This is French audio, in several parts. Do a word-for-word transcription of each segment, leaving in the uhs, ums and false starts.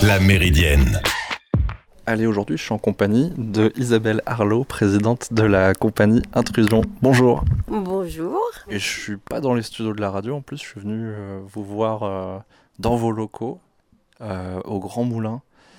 La Méridienne. Allez, aujourd'hui, je suis en compagnie de Isabelle Arlot, présidente de la compagnie Intrusion. Bonjour. Bonjour. Et je suis pas dans les studios de la radio, en plus, je suis venu euh, vous voir euh, dans vos locaux, euh, au Grand Moulin.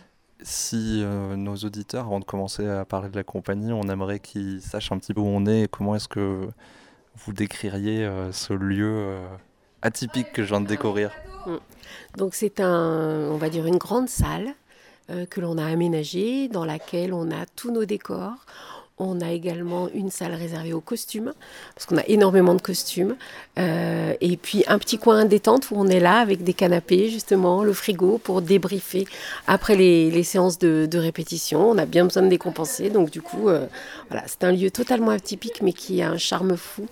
Si euh, nos auditeurs, avant de commencer à parler de la compagnie, on aimerait qu'ils sachent un petit peu où on est et comment est-ce que vous décririez euh, ce lieu euh, atypique que je viens de découvrir. Donc c'est un, on va dire une grande salle euh, que l'on a aménagée, dans laquelle on a tous nos décors. On a également une salle réservée aux costumes, parce qu'on a énormément de costumes. Euh, et puis un petit coin détente où on est là avec des canapés, justement, le frigo pour débriefer après les, les séances de, de répétition. On a bien besoin de décompenser. Donc du coup, euh, voilà, c'est un lieu totalement atypique, mais qui a un charme fou,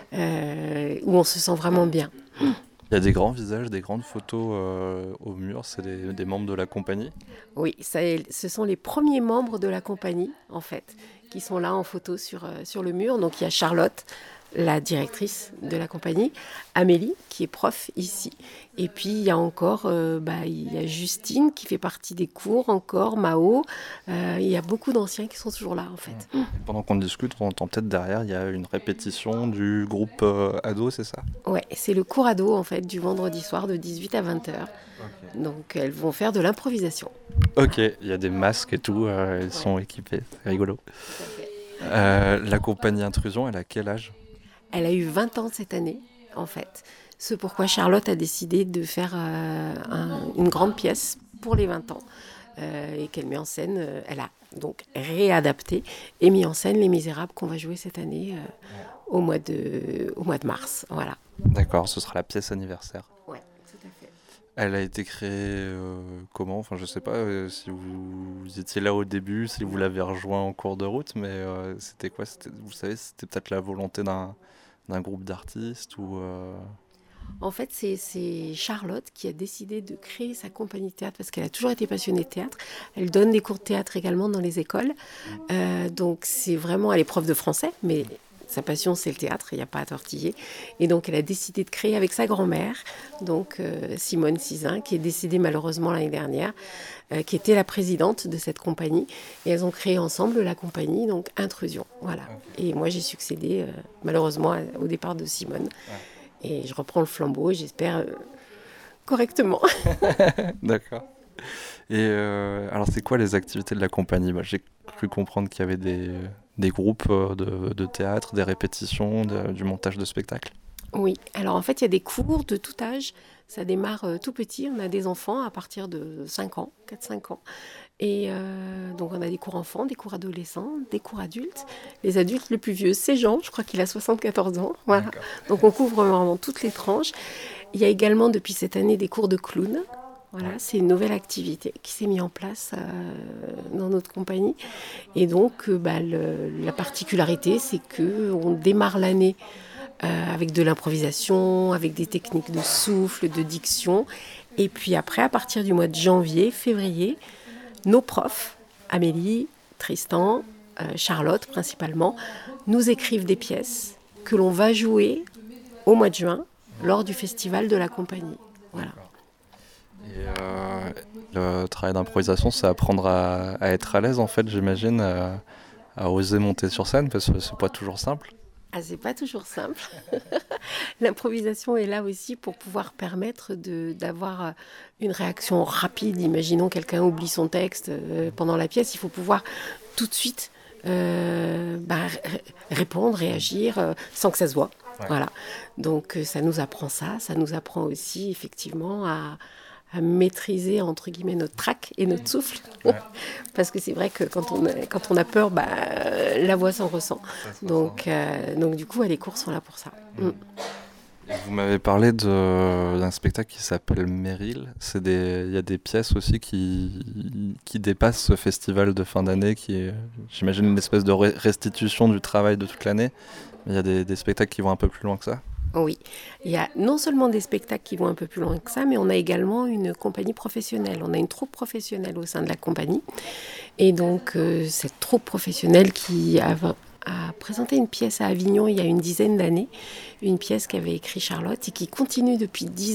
euh, où on se sent vraiment bien. Il y a des grands visages, des grandes photos euh, au mur, c'est des, des membres de la compagnie. Oui, ça, ce sont les premiers membres de la compagnie, en fait, qui sont là en photo sur, euh, sur le mur. Donc il y a Charlotte, la directrice de la compagnie, Amélie, qui est prof ici. Et puis il y a encore, euh, bah, il y a Justine, qui fait partie des cours encore, Mao. Euh, il y a beaucoup d'anciens qui sont toujours là, en fait. Mmh. Pendant qu'on discute, on entend peut-être derrière, il y a une répétition du groupe euh, ado, c'est ça ? Ouais, c'est le cours ado, en fait, du vendredi soir de dix-huit à vingt heures. Okay. Donc elles vont faire de l'improvisation. Ok, il y a des masques et tout, euh, ils ouais. sont équipés, c'est rigolo. Euh, la compagnie Intrusion, elle a quel âge ? Elle a eu vingt ans cette année, en fait. Ce pourquoi Charlotte a décidé de faire euh, un, une grande pièce pour les vingt ans euh, et qu'elle met en scène, euh, elle a donc réadapté et mis en scène Les Misérables qu'on va jouer cette année euh, au, mois de, au mois de mars. Voilà. D'accord, ce sera la pièce anniversaire. Oui, tout à fait. Elle a été créée euh, comment ? Enfin, je ne sais pas euh, si vous, vous étiez là au début, si vous l'avez rejoint en cours de route, mais euh, c'était quoi ? C'était, vous savez, c'était peut-être la volonté d'un, d'un groupe d'artistes ou euh... En fait, c'est, c'est Charlotte qui a décidé de créer sa compagnie de théâtre parce qu'elle a toujours été passionnée de théâtre. Elle donne des cours de théâtre également dans les écoles. Euh, donc, c'est vraiment... Elle est prof de français, mais sa passion, c'est le théâtre. Il n'y a pas à tortiller. Et donc, elle a décidé de créer avec sa grand-mère, donc euh, Simone Sizin, qui est décédée malheureusement l'année dernière, euh, qui était la présidente de cette compagnie. Et elles ont créé ensemble la compagnie, donc Intrusion. Voilà. Okay. Et moi, j'ai succédé, euh, malheureusement, au départ de Simone. Ouais. Et je reprends le flambeau, j'espère, euh, correctement. D'accord. Et euh, alors, c'est quoi les activités de la compagnie ? Bah, j'ai cru comprendre qu'il y avait des, des groupes de, de théâtre, des répétitions, de, du montage de spectacles. Oui, alors en fait, il y a des cours de tout âge. Ça démarre euh, tout petit. On a des enfants à partir de cinq ans, quatre cinq ans. Et euh, donc, on a des cours enfants, des cours adolescents, des cours adultes. Les adultes, le plus vieux, c'est Jean, je crois qu'il a soixante-quatorze ans. Voilà. D'accord. Donc, on couvre vraiment toutes les tranches. Il y a également, depuis cette année, des cours de clown. Voilà, c'est une nouvelle activité qui s'est mise en place euh, dans notre compagnie. Et donc, euh, bah, le, la particularité, c'est qu'on démarre l'année euh, avec de l'improvisation, avec des techniques de souffle, de diction. Et puis après, à partir du mois de janvier, février, nos profs, Amélie, Tristan, euh, Charlotte principalement, nous écrivent des pièces que l'on va jouer au mois de juin lors du festival de la compagnie. Voilà. Et euh, le travail d'improvisation, c'est apprendre à, à être à l'aise, en fait, j'imagine, à, à oser monter sur scène, parce que c'est pas toujours simple. Ah, c'est pas toujours simple. L'improvisation est là aussi pour pouvoir permettre de, d'avoir une réaction rapide. Imaginons quelqu'un oublie son texte euh, pendant la pièce, il faut pouvoir tout de suite euh, bah, r- répondre, réagir euh, sans que ça se voit. Ouais. Voilà. Donc euh, ça nous apprend ça, ça nous apprend aussi effectivement à à maîtriser entre guillemets notre trac et notre souffle. Ouais. Parce que c'est vrai que quand on a, quand on a peur, bah, la voix s'en ressent. Donc, euh, donc du coup, les cours sont là pour ça. Mmh. Mmh. Vous m'avez parlé de, d'un spectacle qui s'appelle Meryl. C'est des, il y a des pièces aussi qui, qui dépassent ce festival de fin d'année, qui est, j'imagine, une espèce de restitution du travail de toute l'année. Mais il y a des, des spectacles qui vont un peu plus loin que ça. Oui, il y a non seulement des spectacles qui vont un peu plus loin que ça, mais on a également une compagnie professionnelle. On a une troupe professionnelle au sein de la compagnie. Et donc, euh, cette troupe professionnelle qui a, a présenté une pièce à Avignon il y a une dizaine d'années, une pièce qu'avait écrite Charlotte et qui continue depuis dix ans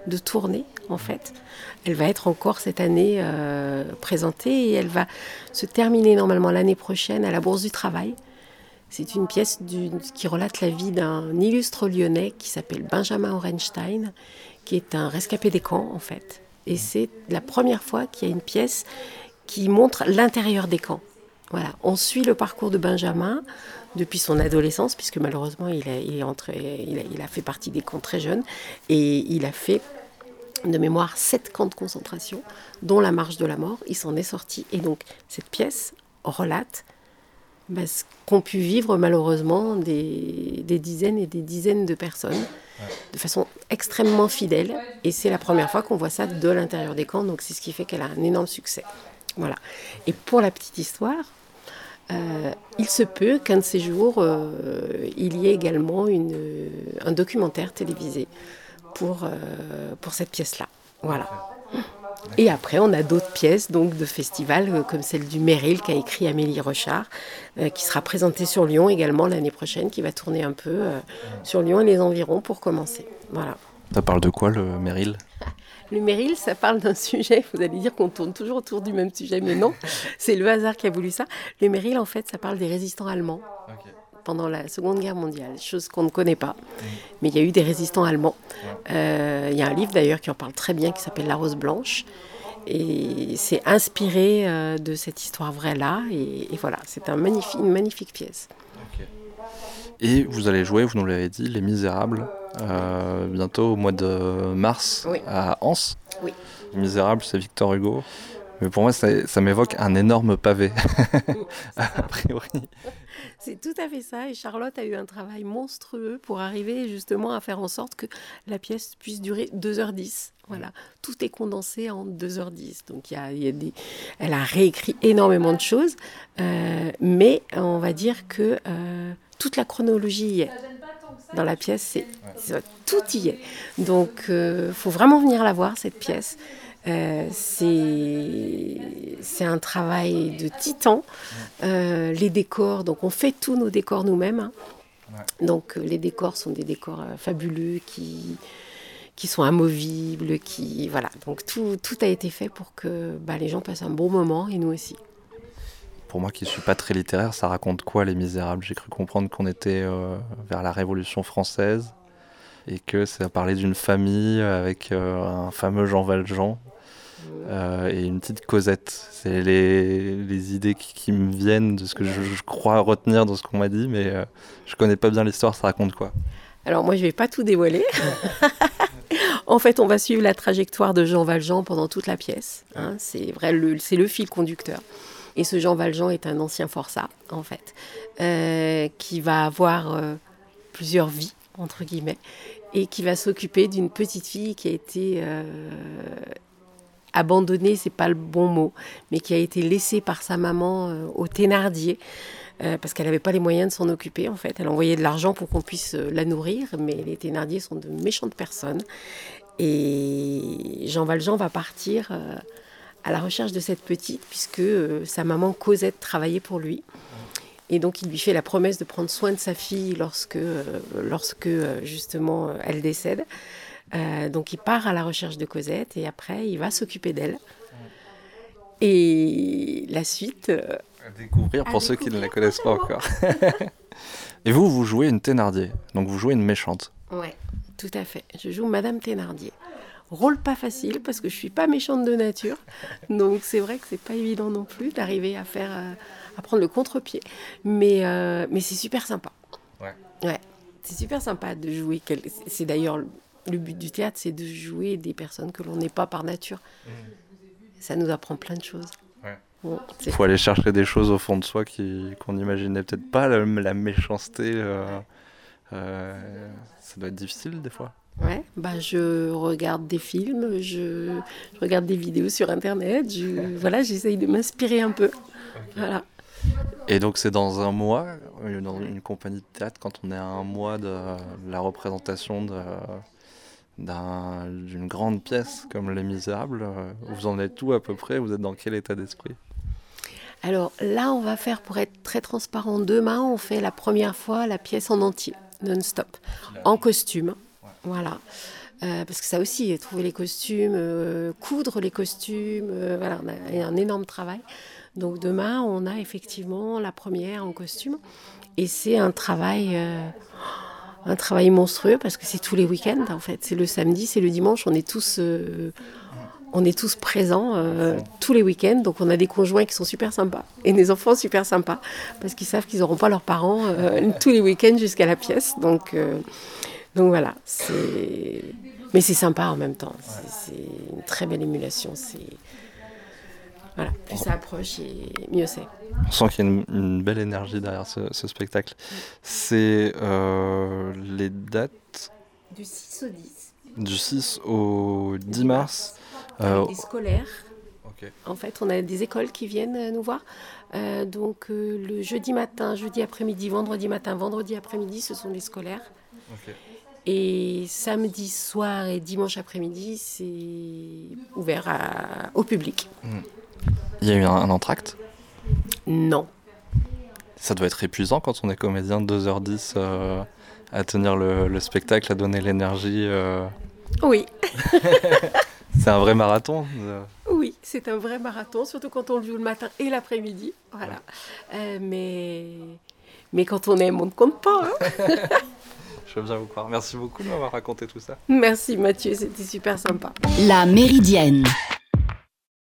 de tournée, en fait. Elle va être encore cette année euh, présentée et elle va se terminer normalement l'année prochaine à la Bourse du Travail. C'est une pièce du, qui relate la vie d'un illustre lyonnais qui s'appelle Benjamin Orenstein, qui est un rescapé des camps, en fait. Et c'est la première fois qu'il y a une pièce qui montre l'intérieur des camps. Voilà, on suit le parcours de Benjamin depuis son adolescence, puisque malheureusement il a, il est entré, il a, il a fait partie des camps très jeunes, et il a fait de mémoire sept camps de concentration, dont la marche de la mort. Il s'en est sorti, et donc cette pièce relate ben, ce qu'ont pu vivre malheureusement des, des dizaines et des dizaines de personnes, de façon extrêmement fidèle, et c'est la première fois qu'on voit ça de l'intérieur des camps, donc c'est ce qui fait qu'elle a un énorme succès. Voilà. Et pour la petite histoire, euh, il se peut qu'un de ces jours, euh, il y ait également une, un documentaire télévisé pour, euh, pour cette pièce-là. Voilà. Et après, on a d'autres pièces donc, de festivals, euh, comme celle du Meryl qu'a écrit Amélie Rechard, euh, qui sera présentée sur Lyon également l'année prochaine, qui va tourner un peu euh, sur Lyon et les environs pour commencer. Voilà. Ça parle de quoi, le Meryl ? Le Meryl, ça parle d'un sujet, vous allez dire qu'on tourne toujours autour du même sujet, mais non, c'est le hasard qui a voulu ça. Le Meryl, en fait, ça parle des résistants allemands okay. pendant la Seconde Guerre mondiale, chose qu'on ne connaît pas. Mmh. Mais il y a eu des résistants allemands. Ouais. Euh, il y a un livre d'ailleurs qui en parle très bien, qui s'appelle La Rose Blanche. Et c'est inspiré euh, de cette histoire vraie-là. Et, et voilà, c'est un magnifique, une magnifique pièce. Okay. Et vous allez jouer, vous nous l'avez dit, Les Misérables, euh, bientôt au mois de mars oui. à Anse. Oui. Les Misérables, c'est Victor Hugo. Mais pour moi, ça, ça m'évoque un énorme pavé, a priori. C'est tout à fait ça. Et Charlotte a eu un travail monstrueux pour arriver justement à faire en sorte que la pièce puisse durer deux heures dix. Voilà. Tout est condensé en deux heures dix. Donc, il y a, il y a des... elle a réécrit énormément de choses. Euh, mais on va dire que euh, toute la chronologie y est. Dans la pièce, c'est, c'est, tout y est. Donc, il euh, faut vraiment venir la voir, cette pièce. Euh, c'est, c'est un travail de titan. Euh, les décors, donc on fait tous nos décors nous-mêmes. Hein. Ouais. Donc, euh, les décors sont des décors euh, fabuleux qui, qui sont amovibles. Qui, voilà. Donc, tout, tout a été fait pour que bah, les gens passent un bon moment et nous aussi. Pour moi qui ne suis pas très littéraire, ça raconte quoi, Les Misérables ? J'ai cru comprendre qu'on était euh, vers la Révolution française et que ça parlait d'une famille avec euh, un fameux Jean Valjean euh, et une petite Cosette. C'est les, les idées qui, qui me viennent de ce que je, je crois retenir dans ce qu'on m'a dit, mais euh, je ne connais pas bien l'histoire, ça raconte quoi ? Alors moi, je ne vais pas tout dévoiler. En fait, on va suivre la trajectoire de Jean Valjean pendant toute la pièce. Hein. C'est vrai, le, c'est le fil conducteur. Et ce Jean Valjean est un ancien forçat, en fait, euh, qui va avoir euh, plusieurs vies, entre guillemets, et qui va s'occuper d'une petite fille qui a été euh, abandonnée, c'est pas le bon mot, mais qui a été laissée par sa maman euh, au Thénardier, euh, parce qu'elle n'avait pas les moyens de s'en occuper, en fait. Elle envoyait de l'argent pour qu'on puisse euh, la nourrir, mais les Thénardier sont de méchantes personnes. Et Jean Valjean va partir... Euh, à la recherche de cette petite, puisque euh, sa maman Cosette travaillait pour lui. Et donc, il lui fait la promesse de prendre soin de sa fille lorsque, euh, lorsque euh, justement, euh, elle décède. Euh, donc, il part à la recherche de Cosette, et après, il va s'occuper d'elle. Et la suite... Euh, à découvrir pour à ceux découvrir qui ne la connaissent pas encore. Et vous, vous jouez une Thénardier, donc vous jouez une méchante. Oui, tout à fait. Je joue Madame Thénardier. Rôle pas facile parce que je suis pas méchante de nature, donc c'est vrai que c'est pas évident non plus d'arriver à faire, euh, à prendre le contre-pied, mais euh, mais c'est super sympa. Ouais. Ouais, c'est super sympa de jouer. Quel... C'est d'ailleurs le, le but du théâtre, c'est de jouer des personnes que l'on n'est pas par nature. Mmh. Ça nous apprend plein de choses. Ouais. Bon, il faut aller chercher des choses au fond de soi qui qu'on n'imaginait peut-être pas. La, la méchanceté, euh, euh, ça doit être difficile des fois. Ouais, bah je regarde des films, je, je regarde des vidéos sur Internet, je, voilà, j'essaye de m'inspirer un peu. Okay. Voilà. Et donc c'est dans un mois, dans une compagnie de théâtre, quand on est à un mois de la représentation de, d'un, d'une grande pièce comme Les Misérables, vous en êtes où à peu près ? Vous êtes dans quel état d'esprit ? Alors là, on va faire, pour être très transparent, demain, on fait la première fois la pièce en entier, non-stop, en costume. Voilà. Euh, parce que ça aussi, trouver les costumes, euh, coudre les costumes, euh, voilà, on a un énorme travail. Donc demain, on a effectivement la première en costume. Et c'est un travail, euh, un travail monstrueux parce que c'est tous les week-ends en fait. C'est le samedi, c'est le dimanche, on est tous, euh, on est tous présents euh, tous les week-ends. Donc on a des conjoints qui sont super sympas et des enfants super sympas parce qu'ils savent qu'ils n'auront pas leurs parents euh, tous les week-ends jusqu'à la pièce. Donc, euh, donc voilà, c'est... mais c'est sympa en même temps. C'est, c'est une très belle émulation. C'est... Voilà, plus ça approche et mieux c'est. On sent qu'il y a une, une belle énergie derrière ce, ce spectacle. C'est euh, les dates Du six au dix. Du six au dix mars. Avec Euh, des scolaires. ok. En fait, on a des écoles qui viennent nous voir. Euh, donc euh, le jeudi matin, jeudi après-midi, vendredi matin, vendredi après-midi, ce sont des scolaires. Ok. Et samedi soir et dimanche après-midi, c'est ouvert à- au public. Il y a eu un, un entracte. Non. Ça doit être épuisant quand on est comédien, deux heures dix euh, à tenir le, le spectacle, à donner l'énergie. euh. Oui, C'est un vrai marathon. euh. oui, c'est un vrai marathon, surtout quand on le joue le matin et l'après-midi. Voilà. Euh, mais... mais quand on aime, on ne compte pas. Hein. Je veux bien vous croire. Merci beaucoup de m'avoir raconté tout ça. Merci Mathieu, c'était super sympa. La Méridienne